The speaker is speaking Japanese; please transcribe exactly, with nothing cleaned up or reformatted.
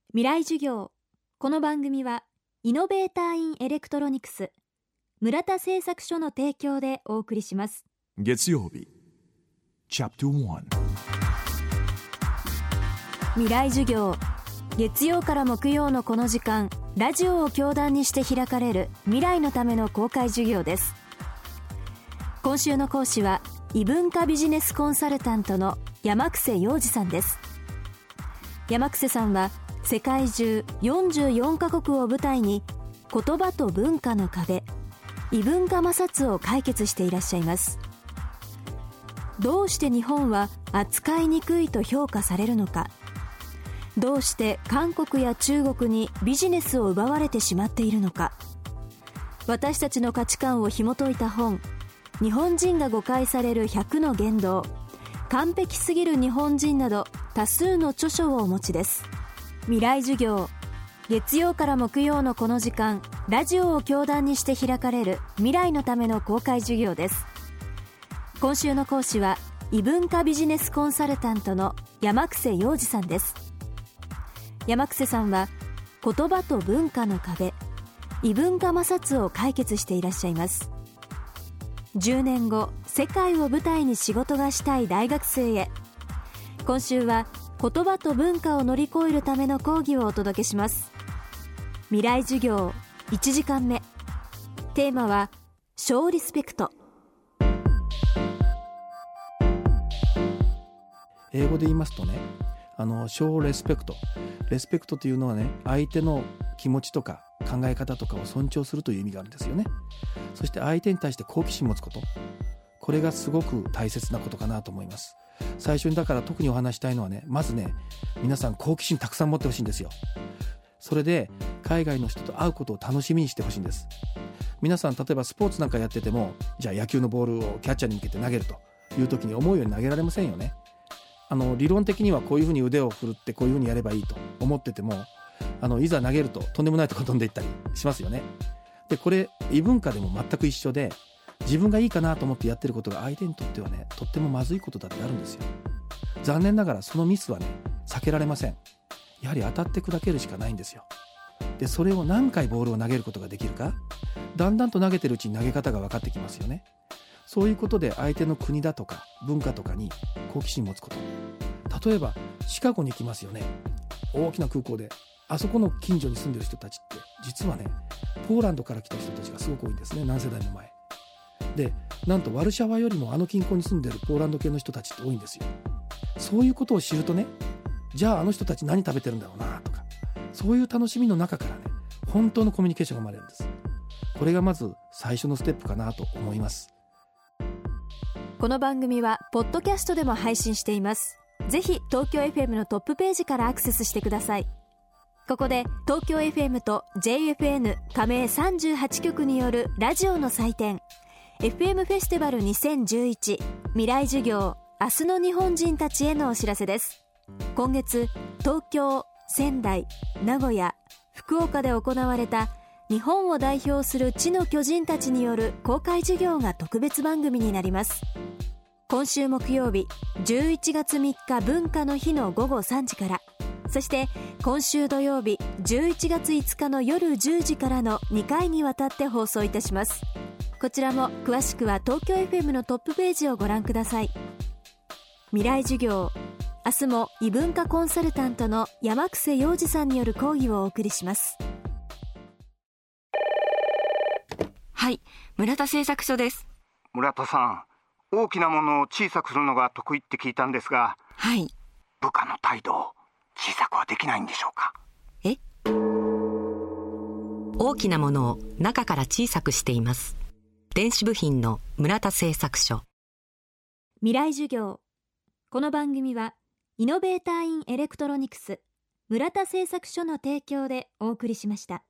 未来授業。この番組はイノベーターインエレクトロニクス村田製作所の提供でお送りします。 月曜日チャプターワン未来授業。月曜から木曜のこの時間、ラジオを教壇にして開かれる未来のための公開授業です。今週の講師は異文化ビジネスコンサルタントの山癖洋二さんです。山癖さんは世界中よんじゅうよんカ国を舞台に言葉と文化の壁、異文化摩擦を解決していらっしゃいます。どうして日本は扱いにくいと評価されるのか、どうして韓国や中国にビジネスを奪われてしまっているのか、私たちの価値観を紐解いた本、日本人が誤解されるひゃくの言動、完璧すぎる日本人など多数の著書をお持ちです。未来授業。月曜から木曜のこの時間、ラジオを教壇にして開かれる未来のための公開授業です。今週の講師は異文化ビジネスコンサルタントの山癖洋二さんです。山癖さんは言葉と文化の壁、異文化摩擦を解決していらっしゃいます。じゅうねんご、世界を舞台に仕事がしたい大学生へ、今週は言葉と文化を乗り越えるための講義をお届けします。未来授業いちじかんめ、テーマはショーリスペクト。 英語で言いますとね、あのショーレスペクト、レスペクトというのはね、相手の気持ちとか考え方とかを尊重するという意味があるんですよね。そして相手に対して好奇心を持つこと、これがすごく大切なことかなと思います。最初にだから特にお話したいのはね、まずね、皆さん好奇心たくさん持ってほしいんですよ。それで海外の人と会うことを楽しみにしてほしいんです。皆さん例えばスポーツなんかやってても、じゃあ野球のボールをキャッチャーに向けて投げるという時に思うように投げられませんよね。あの理論的にはこういうふうに腕を振るってこういうふうにやればいいと思ってても、あのいざ投げるととんでもないところ飛んでいったりしますよね。でこれ異文化でも全く一緒で、自分がいいかなと思ってやってることが相手にとってはね、とってもまずいことだってあるんですよ。残念ながらそのミスはね、避けられません。やはり当たって砕けるしかないんですよ。でそれを何回ボールを投げることができるか、だんだんと投げてるうちに投げ方が分かってきますよね。そういうことで相手の国だとか文化とかに好奇心を持つこと。例えばシカゴに行きますよね。大きな空港で、あそこの近所に住んでる人たちって実はね、ポーランドから来た人たちがすごく多いんですね。何世代も前で、なんとワルシャワよりもあの近郊に住んでるポーランド系の人たちって多いんですよ。そういうことを知るとね、じゃああの人たち何食べてるんだろうなとか、そういう楽しみの中からね、本当のコミュニケーションが生まれるんです。これがまず最初のステップかなと思います。 この番組はポッドキャストでも配信しています。ぜひ東京 エフエム のトップページからアクセスしてください。ここで東京 エフエム と ジェイエフエヌ 加盟さんじゅうはちきょくによるラジオの祭典、エフエム フェスティバルにせんじゅういち未来授業、明日の日本人たちへのお知らせです。今月、東京、仙台、名古屋、福岡で行われた日本を代表する知の巨人たちによる公開授業が特別番組になります。今週木曜日じゅういちがつみっか文化の日のごごさんじから、そして今週土曜日じゅういちがついつかの夜じゅうじからのにかいにわたって放送いたします。こちらも詳しくは東京 エフエム のトップページをご覧ください。未来授業。明日も異文化コンサルタントの山癖洋二さんによる講義をお送りします。 はい、村田製作所です。 村田さん、大きなものを小さくするのが得意って聞いたんですが、 はい。 部下の態度を小さくはできないんでしょうか？ え？大きなものを中から小さくしています。電子部品の村田製作所。 未来授業。この番組はイノベーターインエレクトロニクス村田製作所の提供でお送りしました。